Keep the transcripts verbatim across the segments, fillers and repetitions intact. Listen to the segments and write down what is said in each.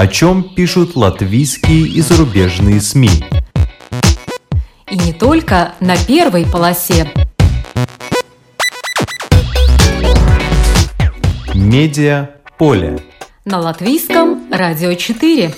О чем пишут латвийские и зарубежные СМИ. И не только на первой полосе. Медиаполе. На Латвийском радио четыре.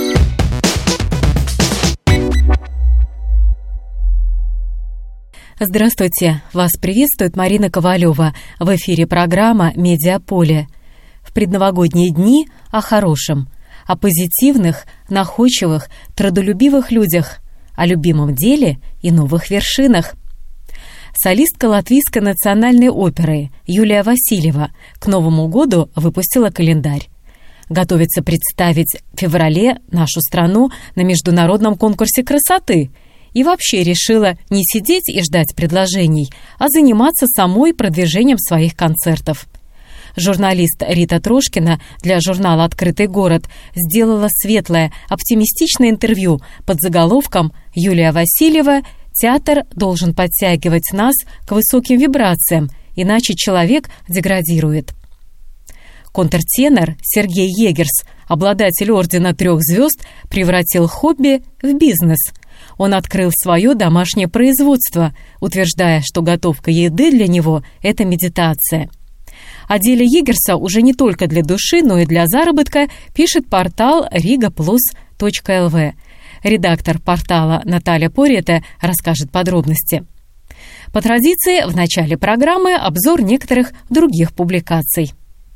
Здравствуйте! Вас приветствует Марина Ковалева. В эфире программа «Медиаполе». В предновогодние дни о хорошем, о позитивных, находчивых, трудолюбивых людях, о любимом деле и новых вершинах. Солистка Латвийской национальной оперы Юлия Васильева к Новому году выпустила календарь. Готовится представить в феврале нашу страну на международном конкурсе красоты и вообще решила не сидеть и ждать предложений, а заниматься самой продвижением своих концертов. Журналист Рита Трошкина для журнала «Открытый город» сделала светлое, оптимистичное интервью под заголовком «Юлия Васильева. Театр должен подтягивать нас к высоким вибрациям, иначе человек деградирует». Контртенор Сергей Егерс, обладатель ордена трех звезд, превратил хобби в бизнес. Он открыл свое домашнее производство, утверждая, что готовка еды для него – это медитация. О деле Егерса уже не только для души, но и для заработка пишет портал рига плюс точка эл ви. Редактор портала Наталья Порета расскажет подробности. По традиции, в начале программы обзор некоторых других публикаций.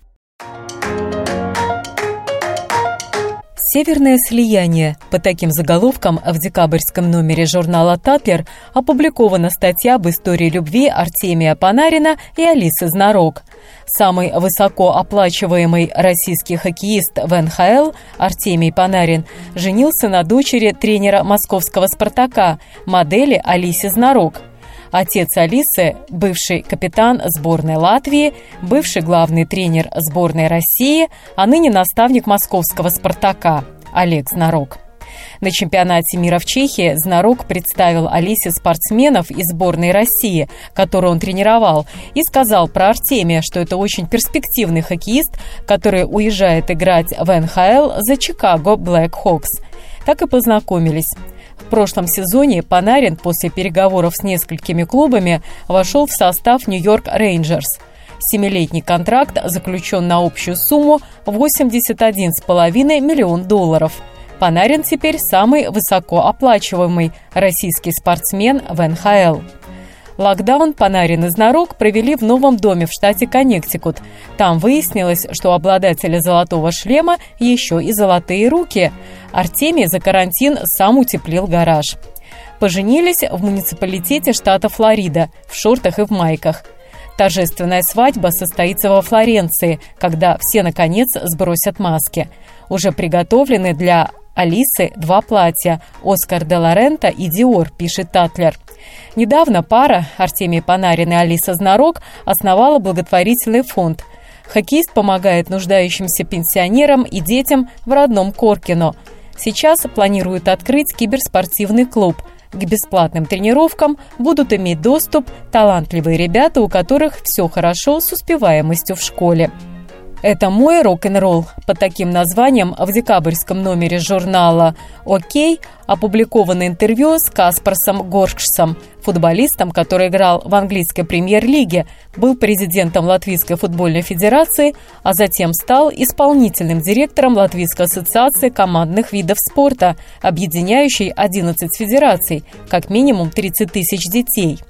«Северное слияние». По таким заголовкам в декабрьском номере журнала «Татлер» опубликована статья об истории любви Артемия Панарина и Алисы Знарок. Самый высокооплачиваемый российский хоккеист в эн ха эл Артемий Панарин женился на дочери тренера московского «Спартака», модели Алисе Знарок. Отец Алисы – бывший капитан сборной Латвии, бывший главный тренер сборной России, а ныне наставник московского «Спартака» Олег Знарок. На чемпионате мира в Чехии Знарок представил Алисе спортсменов из сборной России, которую он тренировал, и сказал про Артемия, что это очень перспективный хоккеист, который уезжает играть в эн ха эл за Чикаго Блэк Хокс. Так и познакомились. В прошлом сезоне Панарин после переговоров с несколькими клубами вошел в состав Нью-Йорк Рейнджерс. Семилетний контракт заключен на общую сумму восемьдесят один целых пять десятых миллиона долларов. Панарин теперь самый высокооплачиваемый российский спортсмен в эн ха эл. Локдаун Панарин и Знарок провели в новом доме в штате Коннектикут. Там выяснилось, что у обладателя золотого шлема еще и золотые руки. Артемий за карантин сам утеплил гараж. Поженились в муниципалитете штата Флорида в шортах и в майках. Торжественная свадьба состоится во Флоренции, когда все, наконец, сбросят маски. Уже приготовлены для Алисы два платья «Оскар де ла Рента» и «Диор», пишет Татлер. Недавно пара, Артемий Панарин и Алиса Знарок, основала благотворительный фонд. Хоккеист помогает нуждающимся пенсионерам и детям в родном Коркино. Сейчас планируют открыть киберспортивный клуб. К бесплатным тренировкам будут иметь доступ талантливые ребята, у которых все хорошо с успеваемостью в школе. «Это мой рок-н-ролл». Под таким названием в декабрьском номере журнала «Окей» опубликовано интервью с Каспарсом Горкшсом, футболистом, который играл в английской премьер-лиге, был президентом Латвийской футбольной федерации, а затем стал исполнительным директором Латвийской ассоциации командных видов спорта, объединяющей одиннадцать федераций, как минимум тридцать тысяч детей.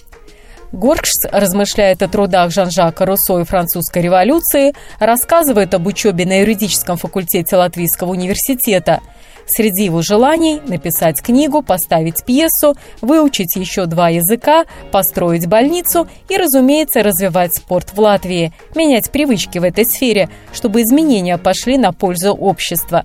Горкшс размышляет о трудах Жан-Жака Руссо и французской революции, рассказывает об учебе на юридическом факультете Латвийского университета. Среди его желаний – написать книгу, поставить пьесу, выучить еще два языка, построить больницу и, разумеется, развивать спорт в Латвии, менять привычки в этой сфере, чтобы изменения пошли на пользу общества.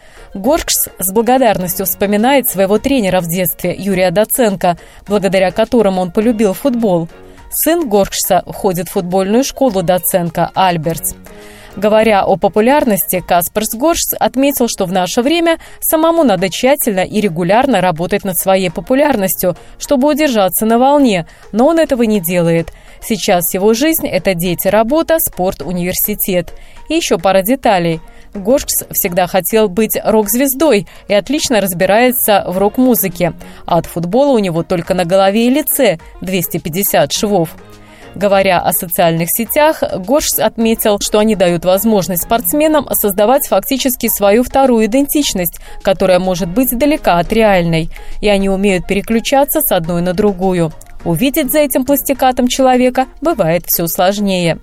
Горкшс с благодарностью вспоминает своего тренера в детстве Юрия Доценко, благодаря которому он полюбил футбол. Сын Горкшса ходит в футбольную школу Доценко, Альбертс. Говоря о популярности, Каспарс Горшц отметил, что в наше время самому надо тщательно и регулярно работать над своей популярностью, чтобы удержаться на волне, но он этого не делает. Сейчас его жизнь – это дети, работа, спорт, университет. И еще пара деталей. Горшц всегда хотел быть рок-звездой и отлично разбирается в рок-музыке. А от футбола у него только на голове и лице двести пятьдесят швов. Говоря о социальных сетях, Горшц отметил, что они дают возможность спортсменам создавать фактически свою вторую идентичность, которая может быть далека от реальной, и они умеют переключаться с одной на другую. Увидеть за этим пластикатом человека бывает все сложнее.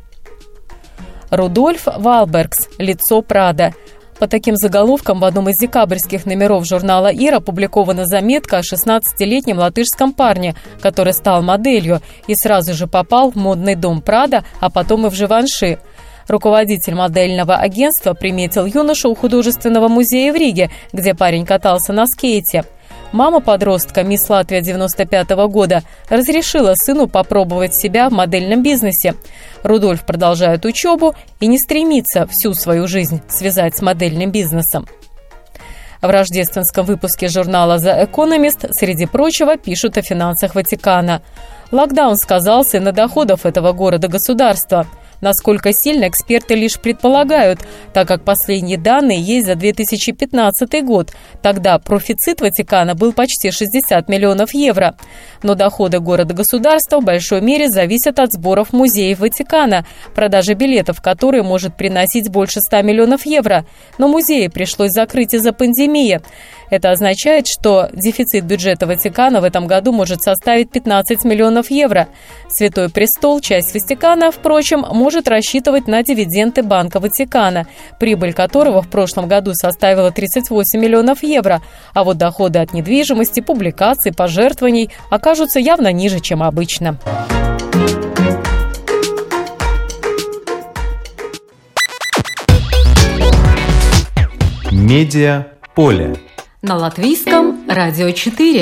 Рудольф Валбергс «Лицо Прада». По таким заголовкам в одном из декабрьских номеров журнала «Ир» опубликована заметка о шестнадцатилетнем латышском парне, который стал моделью и сразу же попал в модный дом Прада, а потом и в Живанши. Руководитель модельного агентства приметил юношу у художественного музея в Риге, где парень катался на скейте. Мама подростка, мисс Латвия девяносто пятого года, разрешила сыну попробовать себя в модельном бизнесе. Рудольф продолжает учебу и не стремится всю свою жизнь связать с модельным бизнесом. В рождественском выпуске журнала The Economist, среди прочего, пишут о финансах Ватикана. Локдаун сказался и на доходах этого города-государства. Насколько сильно, эксперты лишь предполагают, так как последние данные есть за две тысячи пятнадцатый год. Тогда профицит Ватикана был почти шестьдесят миллионов евро. Но доходы города-государства в большой мере зависят от сборов музеев Ватикана, продажа билетов, которые может приносить больше ста миллионов евро. Но музеи пришлось закрыть из-за пандемии. Это означает, что дефицит бюджета Ватикана в этом году может составить пятнадцать миллионов евро. Святой Престол, часть Ватикана, впрочем, может рассчитывать на дивиденды Банка Ватикана, прибыль которого в прошлом году составила тридцать восемь миллионов евро, а вот доходы от недвижимости, публикаций, пожертвований окажутся явно ниже, чем обычно. Медиа поле. На Латвийском радио четыре.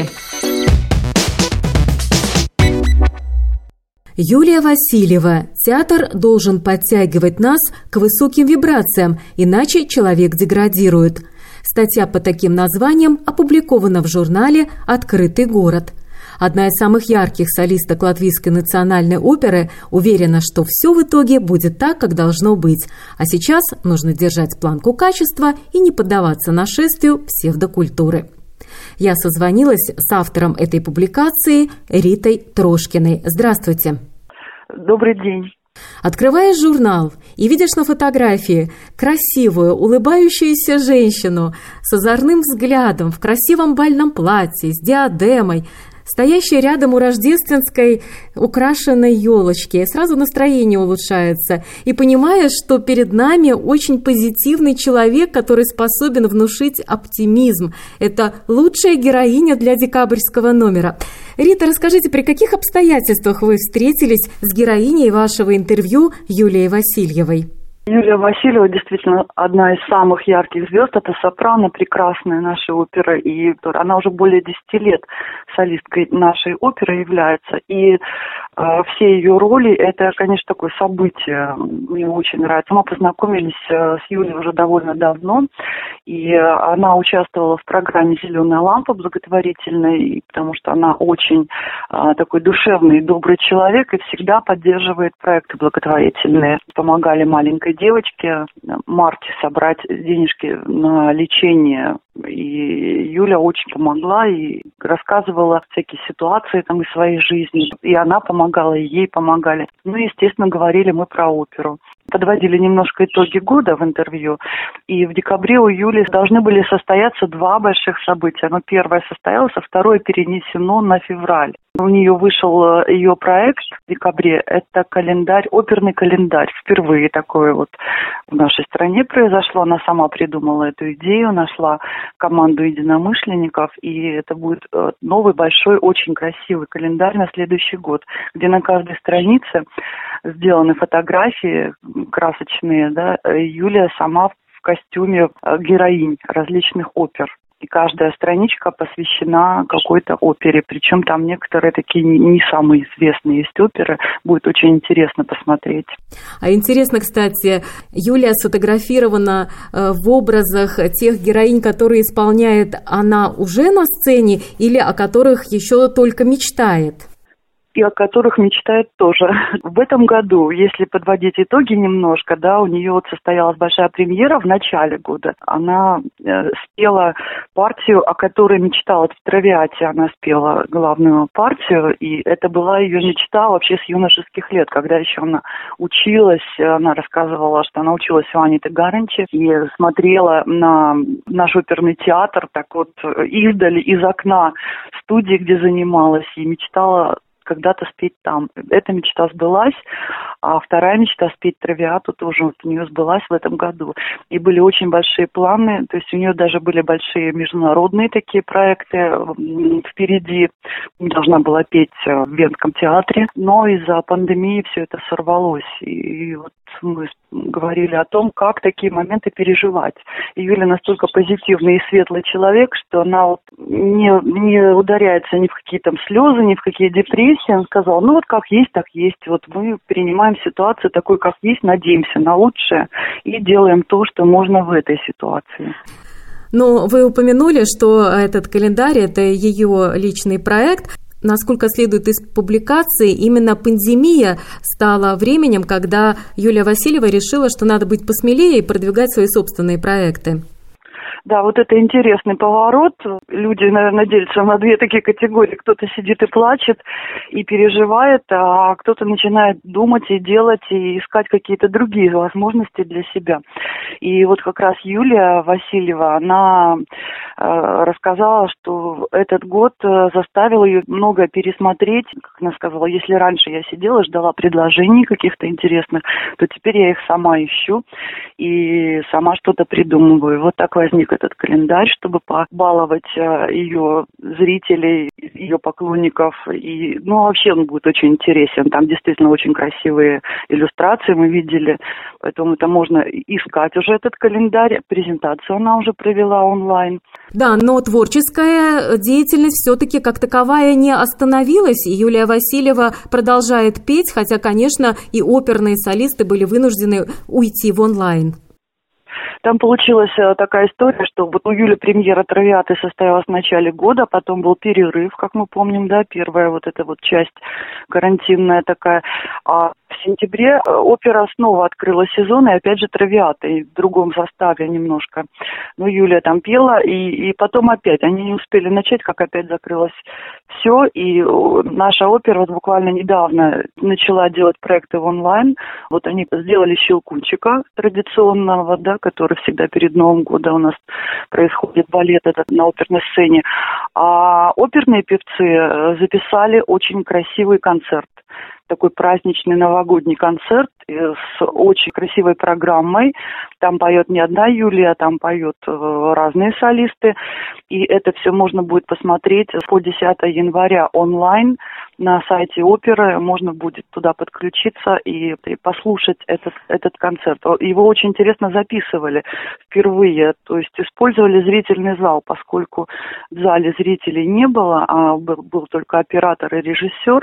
Юлия Васильева. Театр должен подтягивать нас к высоким вибрациям, иначе человек деградирует. Статья под таким названием опубликована в журнале «Открытый город». Одна из самых ярких солисток Латвийской национальной оперы уверена, что все в итоге будет так, как должно быть. А сейчас нужно держать планку качества и не поддаваться нашествию псевдокультуры. Я созвонилась с автором этой публикации Ритой Трошкиной. Здравствуйте. Добрый день. Открываешь журнал и видишь на фотографии красивую, улыбающуюся женщину с озорным взглядом, в красивом бальном платье, с диадемой, стоящей рядом у рождественской украшенной елочки. Сразу настроение улучшается. И понимаешь, что перед нами очень позитивный человек, который способен внушить оптимизм. Это лучшая героиня для декабрьского номера. Рита, расскажите, при каких обстоятельствах вы встретились с героиней вашего интервью Юлией Васильевой? Юлия Васильева действительно одна из самых ярких звезд. Это сопрано, прекрасная нашей оперы. И она уже более десяти лет солисткой нашей оперы является. И э, все ее роли, это, конечно, такое событие. Мне очень нравится. Мы познакомились э, с Юлей уже довольно давно. И э, она участвовала в программе «Зеленая лампа» благотворительной, потому что она очень э, такой душевный и добрый человек и всегда поддерживает проекты благотворительные. Помогали маленькой девочке Марте собрать денежки на лечение. И Юля очень помогла и рассказывала всякие ситуации там из своей жизни. И она помогала, и ей помогали. Ну, естественно, говорили мы про оперу. Подводили немножко итоги года в интервью. И в декабре у Юли должны были состояться два больших события. Но первое состоялось, а второе перенесено на февраль. У нее вышел ее проект в декабре. Это календарь, оперный календарь. Впервые такое вот в нашей стране произошло. Она сама придумала эту идею, нашла команду единомышленников. И это будет новый, большой, очень красивый календарь на следующий год, где на каждой странице сделаны фотографии красочные, да, Юлия сама в костюме героинь различных опер. и каждая страничка посвящена какой-то опере. Причем там некоторые такие не самые известные есть оперы. Будет очень интересно посмотреть. А интересно, кстати, Юлия сфотографирована в образах тех героинь, которые исполняет она уже на сцене или о которых еще только мечтает? И о которых мечтает тоже. В этом году, если подводить итоги немножко, да, у нее вот состоялась большая премьера в начале года. Она э, спела партию, о которой мечтала в «Травиате». Она спела главную партию, и это была ее мечта вообще с юношеских лет, когда еще она училась. Она рассказывала, что она училась у Аниты Гаранчи и смотрела на наш оперный театр так вот издали, из окна студии, где занималась, и мечтала когда-то спеть там. Эта мечта сбылась, а вторая мечта спеть «Травиату» тоже вот у нее сбылась в этом году. И были очень большие планы, то есть у нее даже были большие международные такие проекты впереди. Должна была петь в Венском театре, но из-за пандемии все это сорвалось. И вот мы говорили о том, как такие моменты переживать. И Юля настолько позитивный и светлый человек, что она вот не, не ударяется ни в какие там слезы, ни в какие депрессии. Он сказал, ну вот как есть, так есть. Вот мы принимаем ситуацию такой, как есть, надеемся на лучшее и делаем то, что можно в этой ситуации. Но вы упомянули, что этот календарь – это ее личный проект. Насколько следует из публикации, именно пандемия стала временем, когда Юлия Васильева решила, что надо быть посмелее и продвигать свои собственные проекты. Да, вот это интересный поворот. Люди, наверное, делятся на две такие категории. Кто-то сидит и плачет, и переживает, а кто-то начинает думать и делать, и искать какие-то другие возможности для себя. И вот как раз Юлия Васильева, она э, рассказала, что этот год заставил ее много пересмотреть. Как она сказала, если раньше я сидела, ждала предложений каких-то интересных, то теперь я их сама ищу и сама что-то придумываю. Вот так возник этот календарь, чтобы побаловать ее зрителей, ее поклонников. И, ну, вообще он будет очень интересен. Там действительно очень красивые иллюстрации мы видели. Поэтому это можно искать уже этот календарь. Презентацию она уже провела онлайн. Да, но творческая деятельность все-таки как таковая не остановилась. И Юлия Васильева продолжает петь, хотя, конечно, и оперные солисты были вынуждены уйти в онлайн. Там получилась такая история, что вот у Юли премьера «Травиаты» состоялась в начале года, потом был перерыв, как мы помним, да, первая вот эта вот часть карантинная такая. А в сентябре опера снова открыла сезон, и опять же «Травиаты», и в другом составе немножко. Ну, Юлия там пела, и, и потом опять. Они не успели начать, как опять закрылось все, и наша опера вот буквально недавно начала делать проекты в онлайн. Вот они сделали «Щелкунчика» традиционного, да, который всегда перед Новым годом у нас происходит балет этот на оперной сцене. А оперные певцы записали очень красивый концерт. Такой праздничный новогодний концерт с очень красивой программой. Там поет не одна Юлия, там поют разные солисты. И это все можно будет посмотреть по десятого января онлайн на сайте оперы. Можно будет туда подключиться и, и послушать этот, этот концерт. Его очень интересно записывали впервые. То есть использовали зрительный зал, поскольку в зале зрителей не было, а был, был только оператор и режиссер,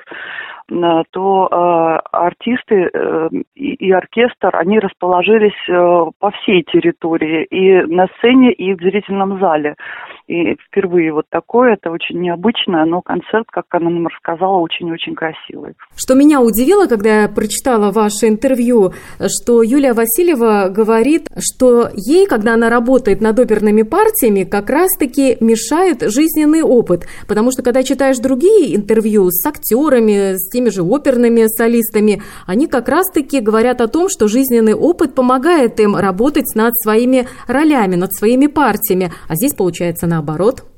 то э, артисты э, и, и оркестр, они расположились э, по всей территории, и на сцене, и в зрительном зале. И впервые вот такое, это очень необычно, но концерт, как она нам рассказала, очень-очень красивый. Что меня удивило, когда я прочитала ваше интервью, что Юлия Васильева говорит, что ей, когда она работает над оперными партиями, как раз-таки мешает жизненный опыт. Потому что, когда читаешь другие интервью с актерами, с теми же оперными солистами, они как раз-таки говорят о том, что жизненный опыт помогает им работать над своими ролями, над своими партиями. А здесь получается наоборот.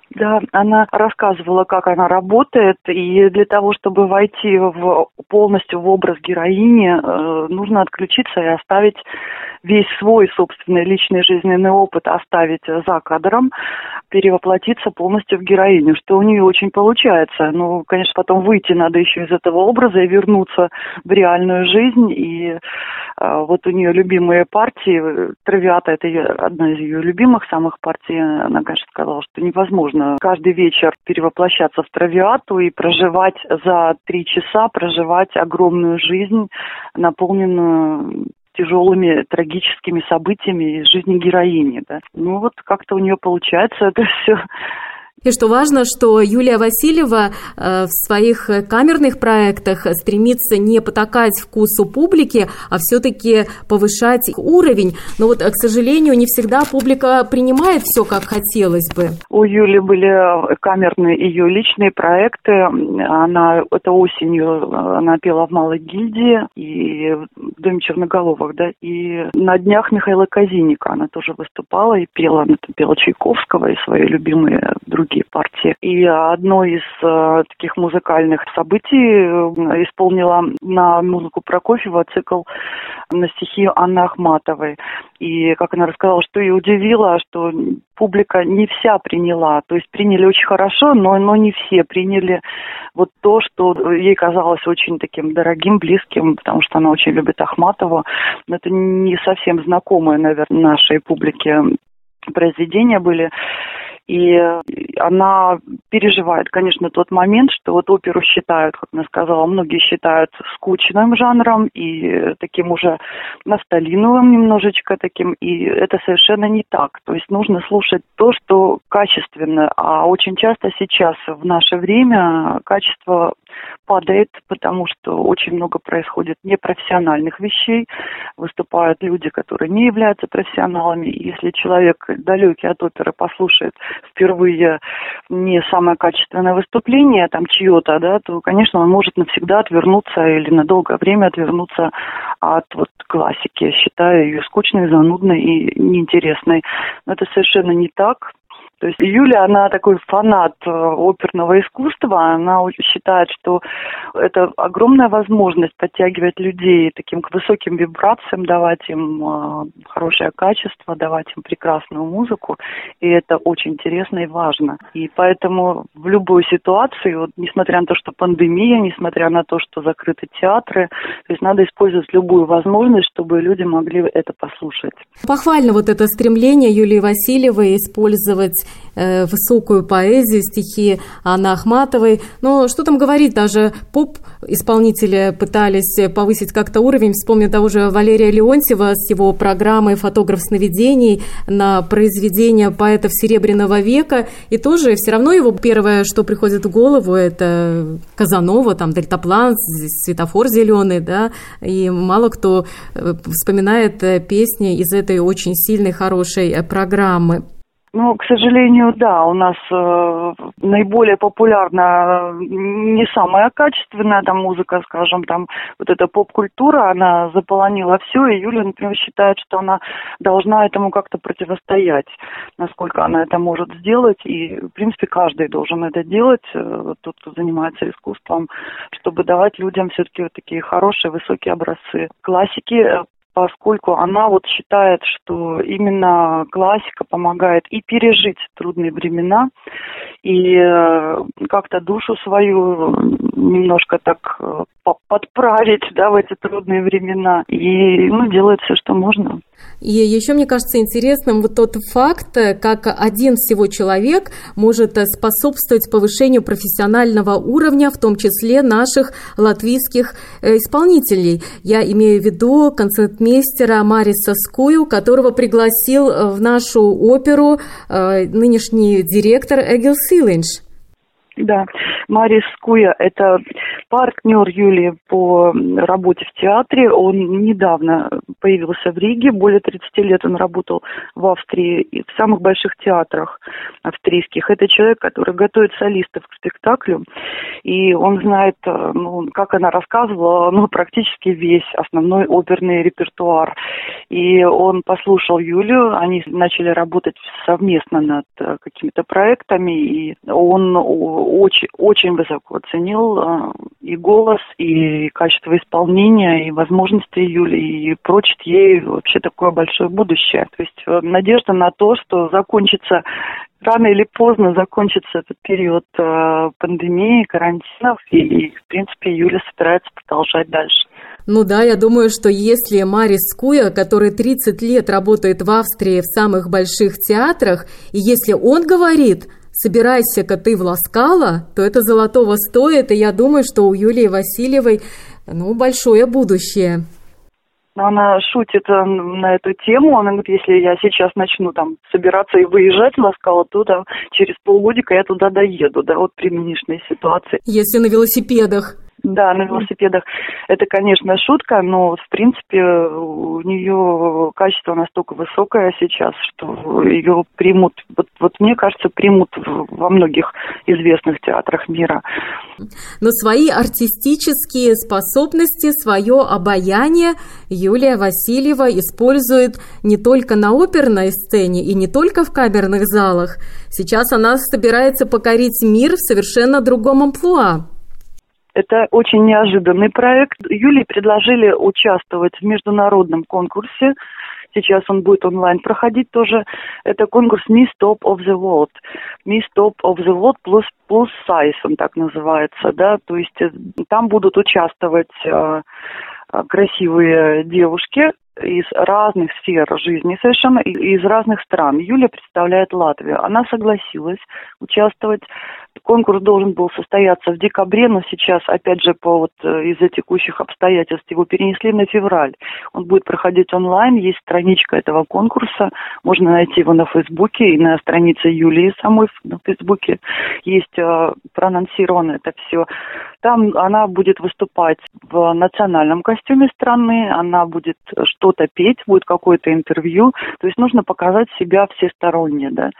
Да, она рассказывала, как она работает, и для того, чтобы войти в, полностью в образ героини, э, нужно отключиться и оставить весь свой собственный личный жизненный опыт, оставить за кадром, перевоплотиться полностью в героиню, что у нее очень получается. Ну, конечно, потом выйти надо еще из этого образа и вернуться в реальную жизнь. И э, вот у нее любимые партии, «Травиата» — это ее, одна из ее любимых самых партий. Она, конечно, сказала, что невозможно каждый вечер перевоплощаться в «Травиату» и проживать за три часа, проживать огромную жизнь, наполненную тяжелыми трагическими событиями из жизни героини. Да. Ну вот как-то у нее получается это все. И что важно, что Юлия Васильева э, в своих камерных проектах стремится не потакать вкусу публики, а все-таки повышать уровень. Но вот, к сожалению, не всегда публика принимает все, как хотелось бы. У Юли были камерные ее личные проекты. Она, это осенью она пела в Малой гильдии и в Доме Черноголовых, да, и на днях Михаила Казиника она тоже выступала и пела. Она пела Чайковского и свои любимые другие партии. И одно из э, таких музыкальных событий э, исполнила на музыку Прокофьева цикл на стихи Анны Ахматовой. И, как она рассказала, что ее удивило, что публика не вся приняла. То есть приняли очень хорошо, но, но не все приняли вот то, что ей казалось очень таким дорогим, близким, потому что она очень любит Ахматову. Но это не совсем знакомые, наверное, нашей публике произведения были. И она переживает, конечно, тот момент, что вот оперу считают, как она сказала, многие считают скучным жанром и таким уже нафталиновым немножечко таким, и это совершенно не так. То есть нужно слушать то, что качественно, а очень часто сейчас в наше время качество падает, потому что очень много происходит непрофессиональных вещей, выступают люди, которые не являются профессионалами, и если человек далекий от оперы послушает впервые не самое качественное выступление, там чье-то, да, то, конечно, он может навсегда отвернуться или на долгое время отвернуться от вот классики. Я считаю ее скучной, занудной и неинтересной. Но это совершенно не так. То есть Юля, она такой фанат оперного искусства, она считает, что это огромная возможность подтягивать людей таким к высоким вибрациям, давать им хорошее качество, давать им прекрасную музыку, и это очень интересно и важно. И поэтому в любой ситуации, вот, несмотря на то, что пандемия, несмотря на то, что закрыты театры, то есть надо использовать любую возможность, чтобы люди могли это послушать. Похвально вот это стремление Юлии Васильевой использовать высокую поэзию, стихи Анны Ахматовой. Но что там говорить, даже поп-исполнители пытались повысить как-то уровень. Вспомню того же Валерия Леонтьева с его программой «Фотограф сновидений» на произведения поэтов Серебряного века. И тоже все равно его первое, что приходит в голову, это Казанова, там, дельтаплан, светофор зеленый, да, и мало кто вспоминает песни из этой очень сильной, хорошей программы. Ну, к сожалению, да, у нас э, наиболее популярна не самая качественная там музыка, скажем, там вот эта поп-культура, она заполонила все, и Юля, например, считает, что она должна этому как-то противостоять, насколько она это может сделать, и, в принципе, каждый должен это делать, э, тот, кто занимается искусством, чтобы давать людям все-таки вот такие хорошие, высокие образцы классики, поскольку она вот считает, что именно классика помогает и пережить трудные времена, и как-то душу свою немножко так подправить, да, в эти трудные времена, и, ну, делает все, что можно. И еще мне кажется интересным вот тот факт, как один всего человек может способствовать повышению профессионального уровня, в том числе наших латвийских исполнителей. Я имею в виду концертмейстера Мариса Скую, которого пригласил в нашу оперу нынешний директор Эгил Силинш. Да, Марис Скуя – это партнер Юлии по работе в театре. Он недавно появился в Риге, более тридцати лет он работал в Австрии и в самых больших театрах австрийских. Это человек, который готовит солистов к спектаклю, и он знает, ну, как она рассказывала, ну, практически весь основной оперный репертуар. И он послушал Юлию, они начали работать совместно над какими-то проектами, и он очень, очень высоко оценил э, и голос, и качество исполнения, и возможности Юли, и прочит ей вообще такое большое будущее. То есть э, надежда на то, что закончится, рано или поздно закончится этот период э, пандемии, карантинов, и, и, в принципе, Юля собирается продолжать дальше. Ну да, я думаю, что если Марис Скуя, который тридцать лет работает в Австрии в самых больших театрах, и если он говорит «собирайся-ка ты в Ласкало», то это золотого стоит, и я думаю, что у Юлии Васильевой, ну, большое будущее. Она шутит на эту тему, она говорит, если я сейчас начну там собираться и выезжать в Ласкало, то там, через полгодика я туда доеду, да, вот при нынешней ситуации. Если на велосипедах. Да, на велосипедах. Это, конечно, шутка, но, в принципе, у нее качество настолько высокое сейчас, что ее примут, вот, вот мне кажется, примут во многих известных театрах мира. Но свои артистические способности, свое обаяние Юлия Васильева использует не только на оперной сцене и не только в камерных залах. Сейчас она собирается покорить мир в совершенно другом амплуа. Это очень неожиданный проект. Юлии предложили участвовать в международном конкурсе. Сейчас он будет онлайн проходить тоже. Это конкурс Miss Top of the World. Miss Top of the World plus, plus size, он так называется, да. То есть там будут участвовать э, красивые девушки из разных сфер жизни совершенно, из разных стран. Юля представляет Латвию. Она согласилась участвовать. Конкурс должен был состояться в декабре, но сейчас, опять же, по вот из-за текущих обстоятельств его перенесли на февраль. Он будет проходить онлайн, есть страничка этого конкурса, можно найти его на Фейсбуке и на странице Юлии самой на Фейсбуке есть э, проанонсировано это все. Там она будет выступать в национальном костюме страны, она будет что-то петь, будет какое-то интервью, то есть нужно показать себя всесторонне, да.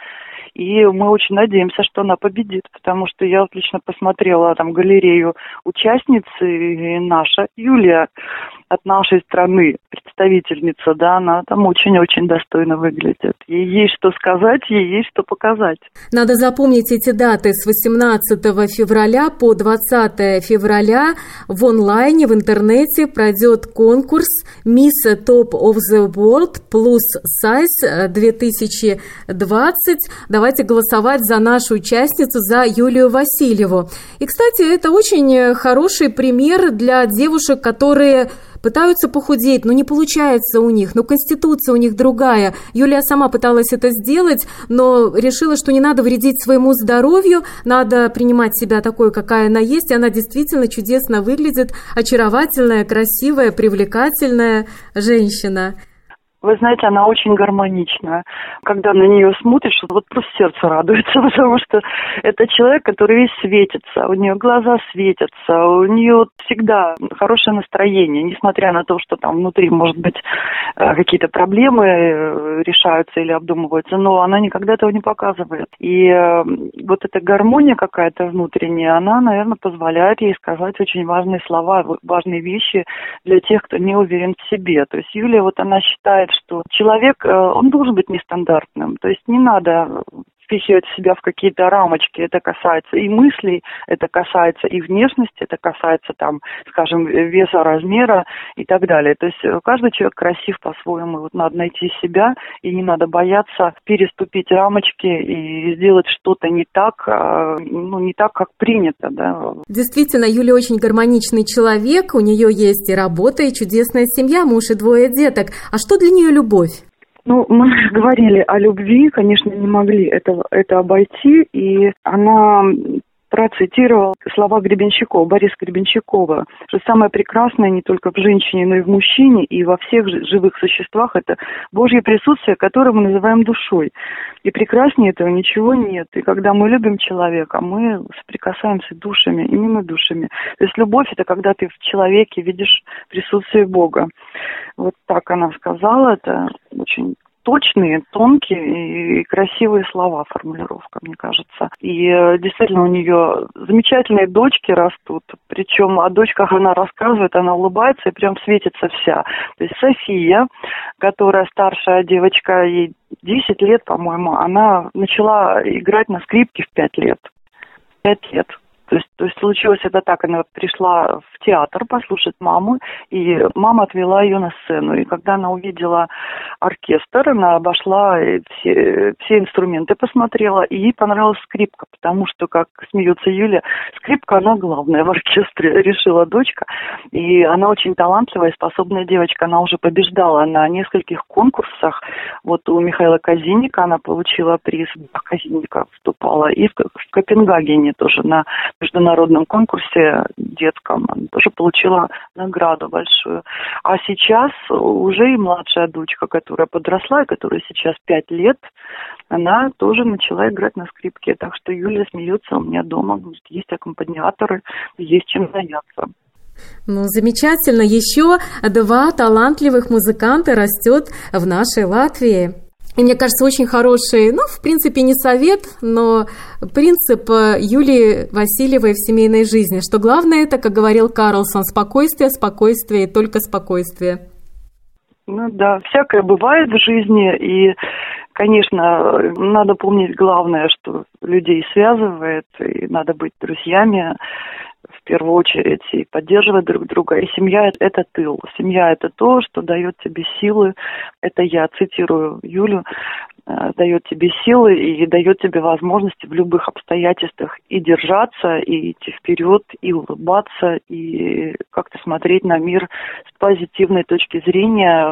И мы очень надеемся, что она победит, потому что я вот лично посмотрела там галерею участниц, и наша Юлия от нашей страны, представительница, да, она там очень-очень достойно выглядит. Ей есть что сказать, ей есть что показать. Надо запомнить эти даты с восемнадцатого февраля по двадцатое февраля в онлайне, в интернете пройдет конкурс Miss Top of the World plus Size две тысячи двадцать. Давайте голосовать за нашу участницу, за Юлию Васильеву. И, кстати, это очень хороший пример для девушек, которые пытаются похудеть, но не получается у них, но конституция у них другая. Юлия сама пыталась это сделать, но решила, что не надо вредить своему здоровью, надо принимать себя такой, какая она есть, и она действительно чудесно выглядит, очаровательная, красивая, привлекательная женщина. Вы знаете, она очень гармоничная. Когда на нее смотришь, вот просто сердце радуется, потому что это человек, который весь светится, у нее глаза светятся, у нее всегда хорошее настроение, несмотря на то, что там внутри, может быть, какие-то проблемы решаются или обдумываются, но она никогда этого не показывает. И вот эта гармония какая-то внутренняя, она, наверное, позволяет ей сказать очень важные слова, важные вещи для тех, кто не уверен в себе. То есть Юлия, вот она считает, что человек, он должен быть нестандартным, то есть не надо впихивать себя в какие-то рамочки, это касается и мыслей, это касается и внешности, это касается, там, скажем, веса, размера и так далее. То есть каждый человек красив по-своему, вот надо найти себя, и не надо бояться переступить рамочки и сделать что-то не так, ну, не так, как принято, да. Действительно, Юля очень гармоничный человек, у нее есть и работа, и чудесная семья, муж и двое деток. А что для нее любовь? Ну, мы говорили о любви, конечно, не могли это, это обойти, и она процитировал слова Гребенщикова, Бориса Гребенщикова, что самое прекрасное не только в женщине, но и в мужчине, и во всех живых существах – это Божье присутствие, которое мы называем душой. И прекраснее этого ничего нет. И когда мы любим человека, мы соприкасаемся душами, именно душами. То есть любовь – это когда ты в человеке видишь присутствие Бога. Вот так она сказала, это очень точные, тонкие и красивые слова, формулировка, мне кажется. И действительно у нее замечательные дочки растут, причем о дочках она рассказывает, она улыбается и прям светится вся. То есть София, которая старшая девочка, ей десять лет, по-моему, она начала играть на скрипке в пять лет. пять лет. То есть, то есть случилось это так, она пришла в театр послушать маму, и мама отвела ее на сцену. И когда она увидела оркестр, она обошла все, все инструменты, посмотрела, и ей понравилась скрипка, потому что, как смеется Юля, скрипка, она главная в оркестре, решила дочка. И она очень талантливая, способная девочка, она уже побеждала на нескольких конкурсах. Вот у Михаила Казинника она получила приз, Казинника вступала, и в, в Копенгагене тоже на международном конкурсе детском тоже получила награду большую. А сейчас уже и младшая дочка, которая подросла, и которая сейчас пять лет, она тоже начала играть на скрипке. Так что Юля смеется, у меня дома есть аккомпаниаторы, есть чем заняться. Ну, замечательно. Еще два талантливых музыканта растет в нашей Латвии. И мне кажется, очень хороший, ну, в принципе, не совет, но принцип Юлии Васильевой в семейной жизни, что главное это, как говорил Карлсон, спокойствие, спокойствие и только спокойствие. Ну да, всякое бывает в жизни, и, конечно, надо помнить главное, что людей связывает, и надо быть друзьями, в первую очередь, и поддерживать друг друга. И семья – это тыл. Семья – это то, что дает тебе силы. Это я цитирую Юлю. Дает тебе силы и дает тебе возможности в любых обстоятельствах и держаться, и идти вперед, и улыбаться, и как-то смотреть на мир с позитивной точки зрения,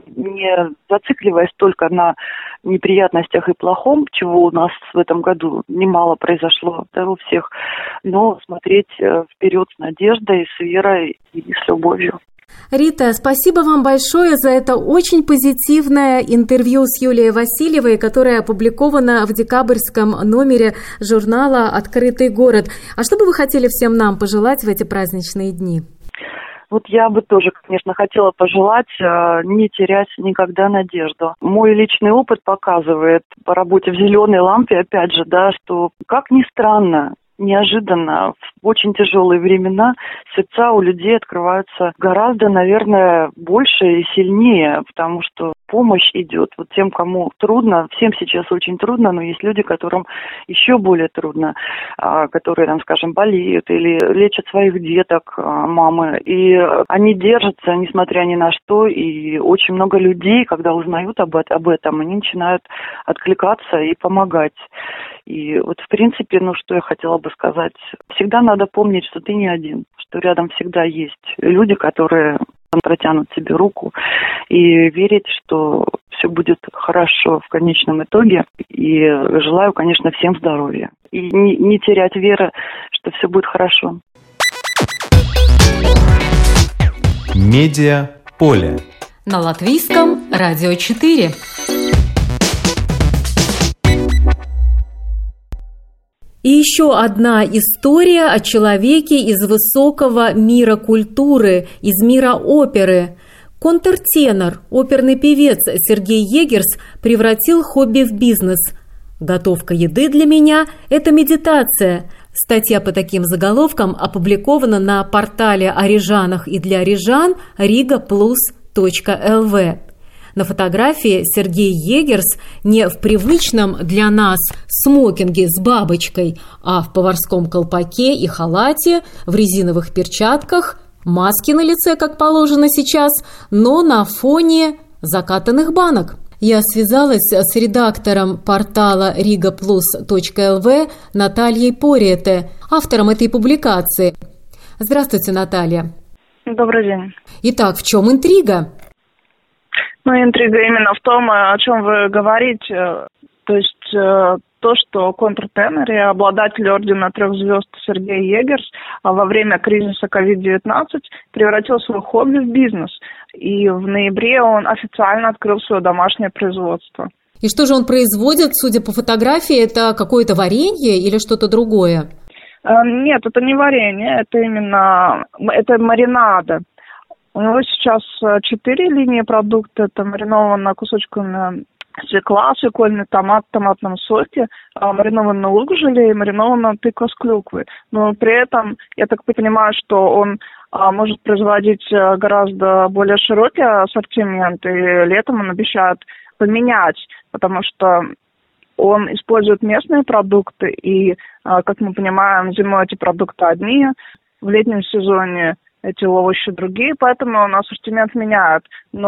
не зацикливаясь только на неприятностях и плохом, чего у нас в этом году немало произошло у всех, но смотреть вперед с надеждой, с верой и с любовью. Рита, спасибо вам большое за это очень позитивное интервью с Юлией Васильевой, которое опубликовано в декабрьском номере журнала «Открытый город». А что бы вы хотели всем нам пожелать в эти праздничные дни? Вот я бы тоже, конечно, хотела пожелать э, не терять никогда надежду. Мой личный опыт показывает по работе в «Зеленой лампе», опять же, да, что, как ни странно, неожиданно, в очень тяжелые времена сердца у людей открываются гораздо, наверное, больше и сильнее, потому что помощь идет вот тем, кому трудно. Всем сейчас очень трудно, но есть люди, которым еще более трудно, которые, там, скажем, болеют или лечат своих деток, мамы. И они держатся, несмотря ни на что. И очень много людей, когда узнают об этом, они начинают откликаться и помогать. И вот, в принципе, ну, что я хотела бы сказать. Всегда надо помнить, что ты не один, что рядом всегда есть люди, которые протянут тебе руку, и верить, что все будет хорошо в конечном итоге. И желаю, конечно, всем здоровья. И не, не терять веры, что все будет хорошо. Медиа поле. На Латвийском радио четыре. И еще одна история о человеке из высокого мира культуры, из мира оперы. Контртенор, оперный певец Сергей Егерс превратил хобби в бизнес. «Готовка еды для меня – это медитация». Статья по таким заголовкам опубликована на портале о рижанах и для рижан рига плюс точка эл ви. На фотографии Сергей Егерс не в привычном для нас смокинге с бабочкой, а в поварском колпаке и халате, в резиновых перчатках, маске на лице, как положено сейчас, но на фоне закатанных банок. Я связалась с редактором портала рига плюс точка эл ви Натальей Пориете, автором этой публикации. Здравствуйте, Наталья. Добрый день. Итак, в чем интрига? Ну, интрига именно в том, о чем вы говорите. То есть то, что контртенор и обладатель ордена трех звезд Сергей Егерс во время кризиса ковид девятнадцать превратил свое хобби в бизнес. И в ноябре он официально открыл свое домашнее производство. И что же он производит, судя по фотографии, это какое-то варенье или что-то другое? Нет, это не варенье, это именно это маринады. У него сейчас четыре линии продукта. Это маринованная кусочками свекла, свекольный томат в томатном соке, маринованный лук в желе и маринованная тыква с клюквой. Но при этом, я так понимаю, что он может производить гораздо более широкий ассортимент, и летом он обещает поменять, потому что он использует местные продукты, и, как мы понимаем, зимой эти продукты одни, в летнем сезоне эти овощи другие, поэтому он ассортимент меняет.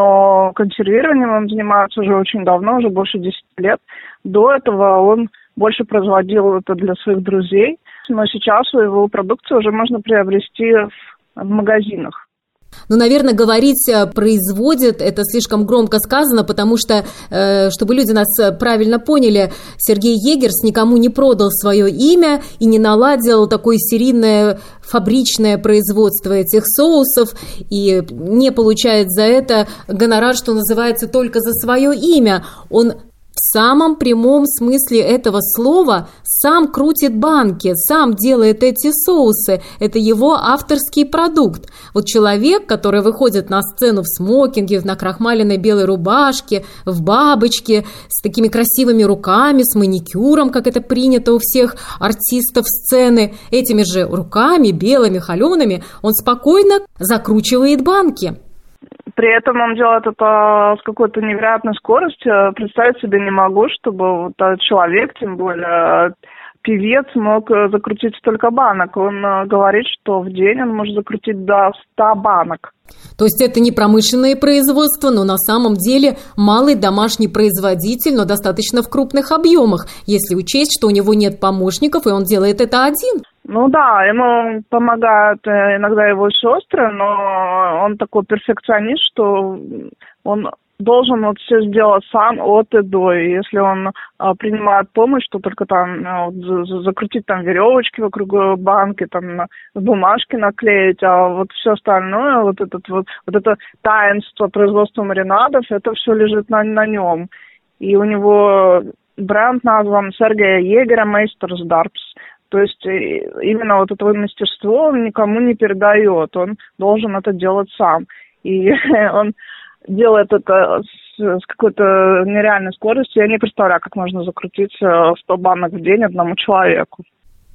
Но консервированием он занимается уже очень давно, уже больше десяти лет. До этого он больше производил это для своих друзей, но сейчас его продукцию уже можно приобрести в, в магазинах. Ну, наверное, говорить «производит» — это слишком громко сказано, потому что, э, чтобы люди нас правильно поняли, Сергей Егерс никому не продал свое имя и не наладил такое серийное фабричное производство этих соусов и не получает за это гонорар, что называется, только за свое имя. Он в самом прямом смысле этого слова сам крутит банки, сам делает эти соусы. Это его авторский продукт. Вот человек, который выходит на сцену в смокинге, в накрахмаленной белой рубашке, в бабочке, с такими красивыми руками, с маникюром, как это принято у всех артистов сцены, этими же руками, белыми, холеными, он спокойно закручивает банки. При этом он делает это с какой-то невероятной скоростью. Представить себе не могу, чтобы вот этот человек, тем более певец, мог закрутить столько банок. Он говорит, что в день он может закрутить до ста банок. То есть это не промышленное производство, но на самом деле малый домашний производитель, но достаточно в крупных объемах, если учесть, что у него нет помощников, и он делает это один. Ну да, ему помогают иногда его сестры, но он такой перфекционист, что он должен вот все сделать сам от и до. И если он а, принимает помощь, то только там а, вот, закрутить там веревочки вокруг банки, там бумажки наклеить, а вот все остальное, вот этот вот, вот это таинство производства маринадов, это все лежит на, на нем. И у него бренд назван Сергея Егера Мейстерсдарбс. То есть именно вот это мастерство он никому не передает, он должен это делать сам. И он делает это с, с какой-то нереальной скоростью. Я не представляю, как можно закрутить сто банок в день одному человеку.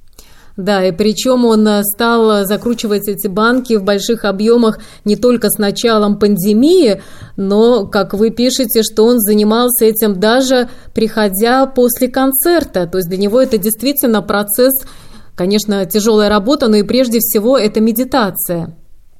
Да, и причем он стал закручивать эти банки в больших объемах не только с началом пандемии, но, как вы пишете, что он занимался этим даже приходя после концерта. То есть для него это действительно процесс, конечно, тяжелая работа, но и прежде всего это медитация.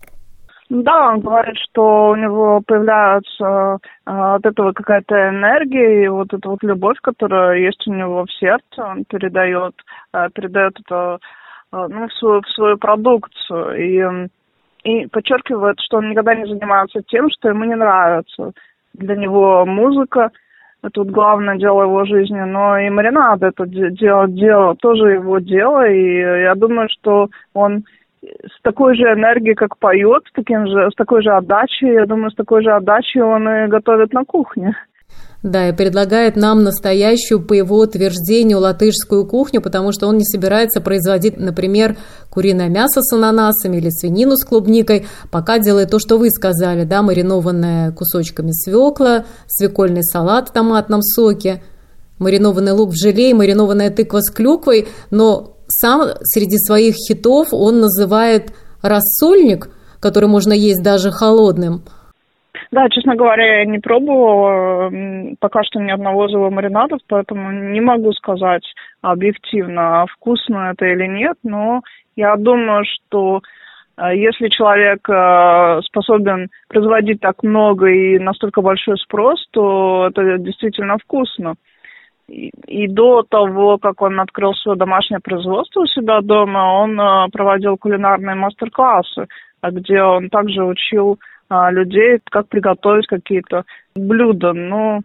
Да, он говорит, что у него появляется а, от этого какая-то энергия, и вот эта вот любовь, которая есть у него в сердце, он передает, а, передает это а, ну, в, свою, в свою продукцию. И, и подчеркивает, что он никогда не занимается тем, что ему не нравится. Для него музыка – это вот главное дело его жизни, но и маринад – это дело, дело, тоже его дело, и я думаю, что он с такой же энергией, как поет, с, таким же, с такой же отдачей, я думаю, с такой же отдачей он и готовит на кухне. Да, и предлагает нам настоящую, по его утверждению, латышскую кухню, потому что он не собирается производить, например, куриное мясо с ананасами или свинину с клубникой, пока делает то, что вы сказали, да, маринованное кусочками свекла, свекольный салат в томатном соке, маринованный лук в желе, маринованная тыква с клюквой, но сам среди своих хитов он называет рассольник, который можно есть даже холодным. Да, честно говоря, я не пробовала пока что ни одного из его маринадов, поэтому не могу сказать объективно, вкусно это или нет, но я думаю, что если человек способен производить так много и настолько большой спрос, то это действительно вкусно. И, и до того, как он открыл свое домашнее производство у себя дома, он а, проводил кулинарные мастер-классы, где он также учил а, людей, как приготовить какие-то блюда. Ну...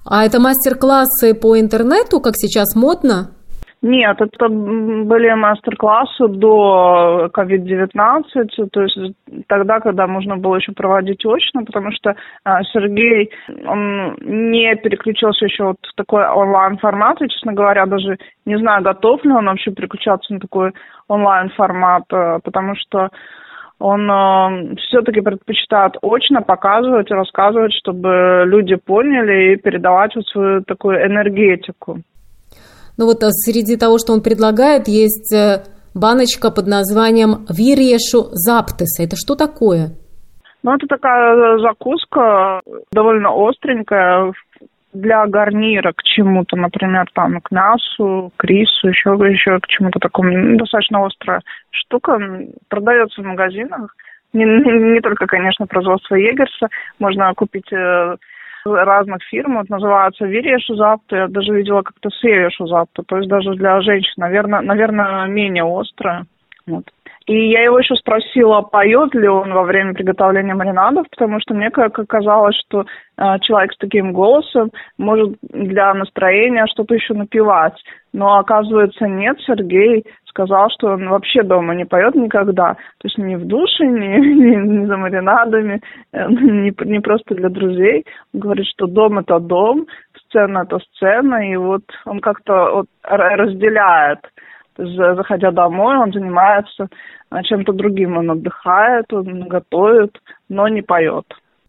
А это мастер-классы по интернету, как сейчас модно? Нет, это были мастер-классы до ковид девятнадцать, то есть тогда, когда можно было еще проводить очно, потому что Сергей, он не переключился еще вот в такой онлайн-формат, и, честно говоря, даже не знаю, готов ли он вообще переключаться на такой онлайн-формат, потому что он э, все-таки предпочитает очно показывать и рассказывать, чтобы люди поняли и передавать вот свою такую энергетику. Ну вот среди того, что он предлагает, есть баночка под названием «Вирьешу заптес». Это что такое? Ну, это такая закуска довольно остренькая для гарнира к чему-то, например, там к мясу, к рису, еще, еще к чему-то такому. Достаточно острая штука. Продается в магазинах. Не, не, не только, конечно, производство Егерса. Можно купить разных фирм, вот называется Вирьешу запта, я даже видела как-то Севишу запта, то есть даже для женщин, наверное, наверное, менее острая. Вот. И я его еще спросила, поет ли он во время приготовления маринадов, потому что мне как оказалось, что э, человек с таким голосом может для настроения что-то еще напевать. Но оказывается нет, Сергей сказал, что он вообще дома не поет никогда. То есть ни в душе, ни, ни, ни за маринадами, не, не просто для друзей. Он говорит, что дом – это дом, сцена – это сцена, и вот он как-то вот разделяет. То есть, заходя домой, он занимается чем-то другим. Он отдыхает, он готовит, но не поет.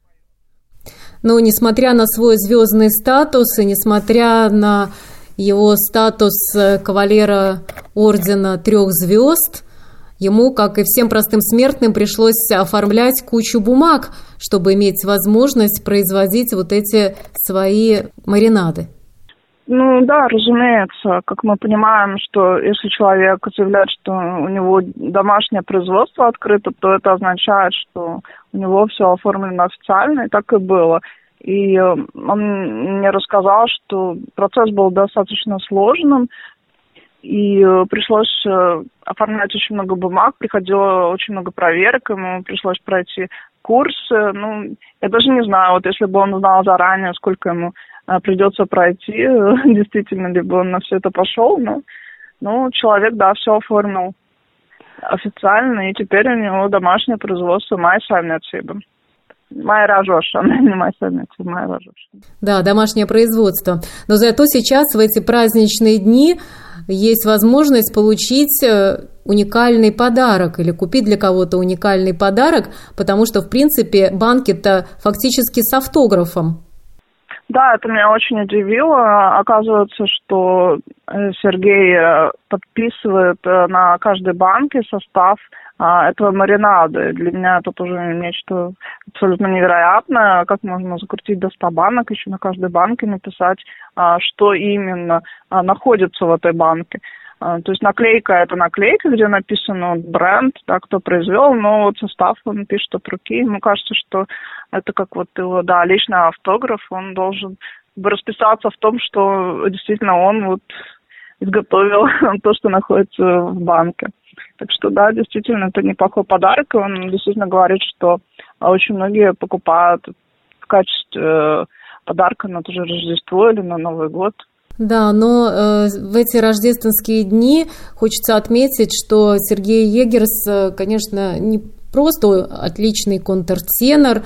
Но несмотря на свой звездный статус и несмотря на его статус кавалера ордена трех звезд, ему, как и всем простым смертным, пришлось оформлять кучу бумаг, чтобы иметь возможность производить вот эти свои маринады. Ну да, разумеется, как мы понимаем, что если человек заявляет, что у него домашнее производство открыто, то это означает, что у него все оформлено официально, и так и было. И он мне рассказал, что процесс был достаточно сложным, и пришлось оформлять очень много бумаг, приходило очень много проверок, ему пришлось пройти курсы. Ну, я даже не знаю, вот если бы он знал заранее, сколько ему придется пройти, действительно, либо он на все это пошел, но ну, человек, да, все оформил официально, и теперь у него домашнее производство майсаймнецибы. Майя Жоша, не майсаймнецибы, Майя Жоша. Да, домашнее производство. Но зато сейчас, в эти праздничные дни, есть возможность получить уникальный подарок или купить для кого-то уникальный подарок, потому что, в принципе, банкет-то фактически с автографом. Да, это меня очень удивило. Оказывается, что Сергей подписывает на каждой банке состав этого маринада. Для меня это тоже нечто абсолютно невероятное. Как можно закрутить до ста банок, еще на каждой банке написать, что именно находится в этой банке. То есть наклейка – это наклейка, где написано бренд, да, кто произвел, но вот состав он пишет от руки. Ему кажется, что это как вот его, да, личный автограф, он должен расписаться в том, что действительно он вот изготовил то, что находится в банке. Так что, да, действительно, это неплохой подарок, и он действительно говорит, что очень многие покупают в качестве подарка на то же Рождество или на Новый год. Да, но э, в эти рождественские дни хочется отметить, что Сергей Егерс, э, конечно, не просто отличный контртенор,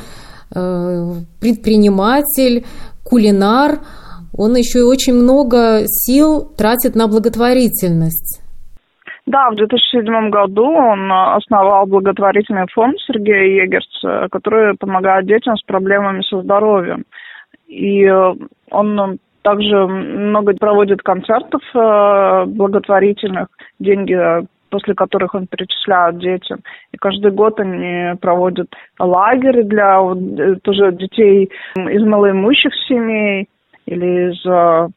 э, предприниматель, кулинар, он еще и очень много сил тратит на благотворительность. Да, в две тысячи седьмом году он основал благотворительный фонд Сергея Егерса, который помогает детям с проблемами со здоровьем. И он также много проводит концертов благотворительных, деньги, после которых он перечисляет детям. И каждый год они проводят лагеры для тоже детей из малоимущих семей или из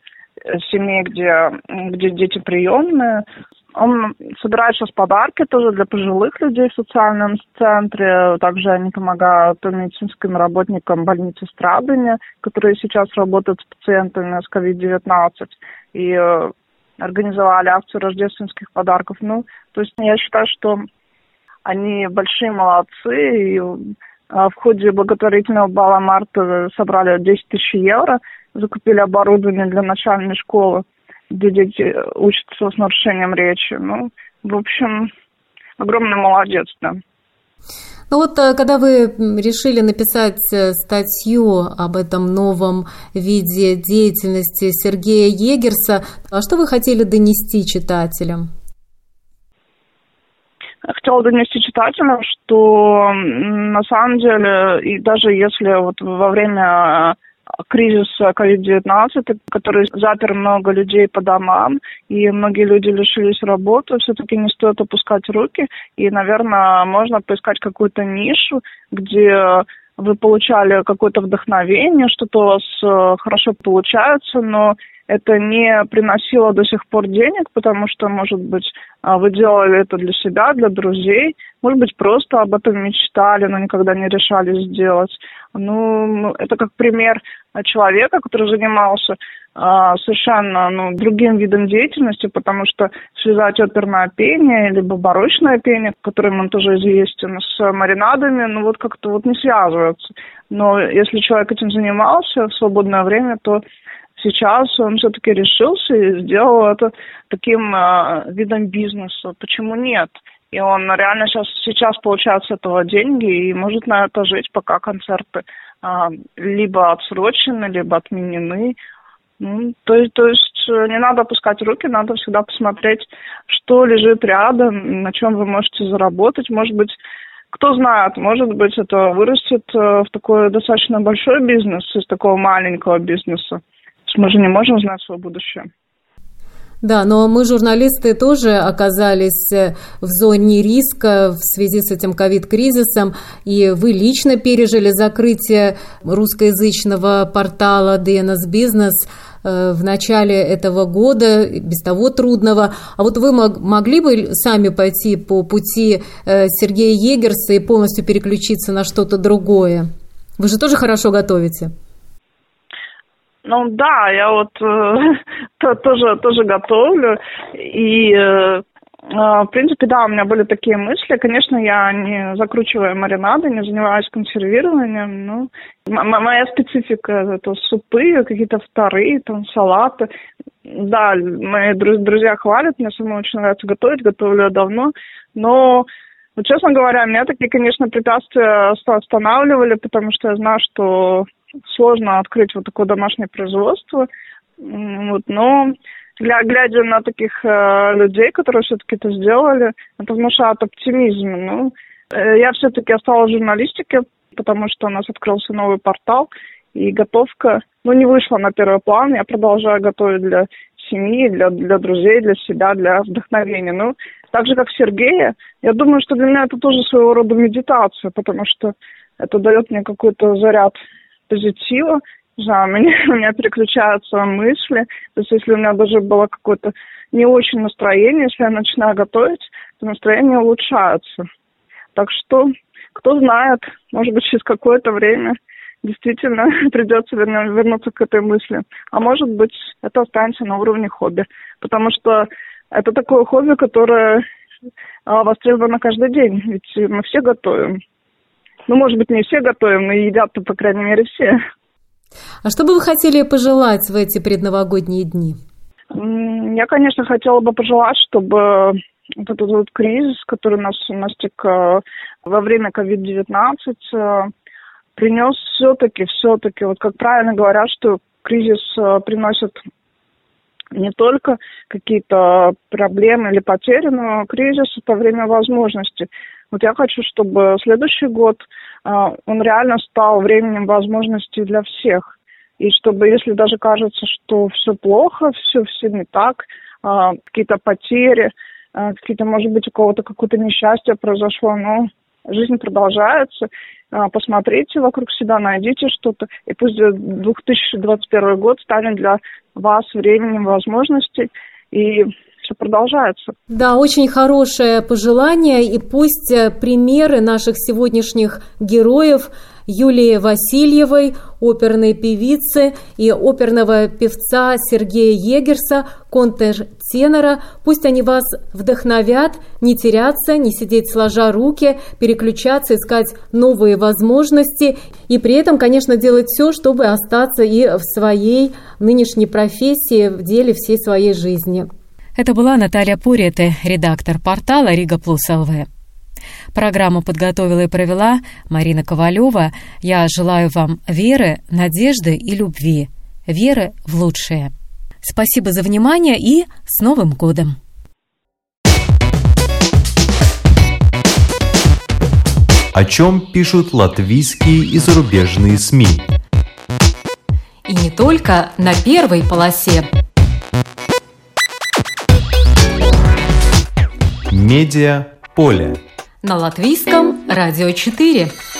семей, где, где дети приемные. Он собирает сейчас подарки тоже для пожилых людей в социальном центре. Также они помогают медицинским работникам больницы Страдания, которые сейчас работают с пациентами с ковид девятнадцать. И э, организовали акцию рождественских подарков. Ну, то есть я считаю, что они большие молодцы. И В ходе благотворительного бала марта собрали десять тысяч евро, закупили оборудование для начальной школы, где дети учатся с нарушением речи. Ну, в общем, огромный молодец, да. Ну вот, когда вы решили написать статью об этом новом виде деятельности Сергея Егерса, а что вы хотели донести читателям? Я хотела донести читателям, что на самом деле, и даже если вот во время кризиса ковид девятнадцать, который запер много людей по домам, и многие люди лишились работы, все-таки не стоит опускать руки, и, наверное, можно поискать какую-то нишу, где вы получали какое-то вдохновение, что-то у вас хорошо получается, но это не приносило до сих пор денег, потому что, может быть, вы делали это для себя, для друзей, может быть, просто об этом мечтали, но никогда не решались сделать. Ну, это как пример человека, который занимался а, совершенно ну, другим видом деятельности, потому что связать оперное пение, либо барочное пение, которым он тоже известен, с маринадами, ну вот как-то вот не связываются. Но если человек этим занимался в свободное время, то сейчас он все-таки решился и сделал это таким э, видом бизнеса. Почему нет? И он реально сейчас, сейчас получает с этого деньги и может на это жить, пока концерты э, либо отсрочены, либо отменены. Ну, то, то есть не надо опускать руки, надо всегда посмотреть, что лежит рядом, на чем вы можете заработать. Может быть, кто знает, может быть, это вырастет в такой достаточно большой бизнес из такого маленького бизнеса. Мы же не можем знать свое будущее. Да, но мы, журналисты, тоже оказались в зоне риска в связи с этим ковид-кризисом, и вы лично пережили закрытие русскоязычного портала ди эн эс Business в начале этого года, без того трудного. А вот вы могли бы сами пойти по пути Сергея Егерса и полностью переключиться на что-то другое? Вы же тоже хорошо готовите. Ну да, я вот э, то, тоже, тоже готовлю, и э, э, в принципе, да, у меня были такие мысли. Конечно, я не закручиваю маринады, не занимаюсь консервированием, ну, м- моя специфика — это супы, какие-то вторые, там, салаты. Да, мои друзья хвалят, мне самой очень нравится готовить, готовлю я давно, но, вот, честно говоря, меня такие, конечно, препятствия останавливали, потому что я знаю, что сложно открыть вот такое домашнее производство, вот, но глядя на таких э, людей, которые все-таки это сделали, это внушает оптимизм. Ну, э, я все-таки осталась в журналистике, потому что у нас открылся новый портал, и готовка, ну, не вышла на первый план. Я продолжаю готовить для семьи, для, для друзей, для себя, для вдохновения. Ну, так же, как Сергея, я думаю, что для меня это тоже своего рода медитация, потому что это дает мне какой-то заряд позитива, не знаю, у меня, у меня переключаются мысли, то есть если у меня даже было какое-то не очень настроение, если я начинаю готовить, то настроение улучшается. Так что, кто знает, может быть, через какое-то время действительно придется вернем, вернуться к этой мысли. А может быть, это останется на уровне хобби, потому что это такое хобби, которое востребовано каждый день, ведь мы все готовим. Ну, может быть, не все готовим, но едят-то, по крайней мере, все. А что бы вы хотели пожелать в эти предновогодние дни? Я, конечно, хотела бы пожелать, чтобы вот этот вот кризис, который нас настиг во время ковид девятнадцать, принес все-таки, все-таки, вот как правильно говорят, что кризис приносит не только какие-то проблемы или потери, но кризис – это время возможностей. Вот я хочу, чтобы следующий год, он реально стал временем возможностей для всех. И чтобы, если даже кажется, что все плохо, все, все не так, какие-то потери, какие-то, может быть, у кого-то какое-то несчастье произошло, но жизнь продолжается. Посмотрите вокруг себя, найдите что-то, и пусть две тысячи двадцать первый год станет для вас временем возможностей. И все продолжается. Да, очень хорошее пожелание, и пусть примеры наших сегодняшних героев Юлии Васильевой, оперной певицы, и оперного певца Сергея Егерса, контртенора, пусть они вас вдохновят не теряться, не сидеть сложа руки, переключаться, искать новые возможности и при этом, конечно, делать все, чтобы остаться и в своей нынешней профессии, в деле всей своей жизни. Это была Наталья Пурете, редактор портала Рига Плюс эл ви. Программу подготовила и провела Марина Ковалева. Я желаю вам веры, надежды и любви. Веры в лучшее. Спасибо за внимание и с Новым годом! О чем пишут латвийские и зарубежные СМИ? И не только на первой полосе. Медиа поле. На Латвийском радио четыре.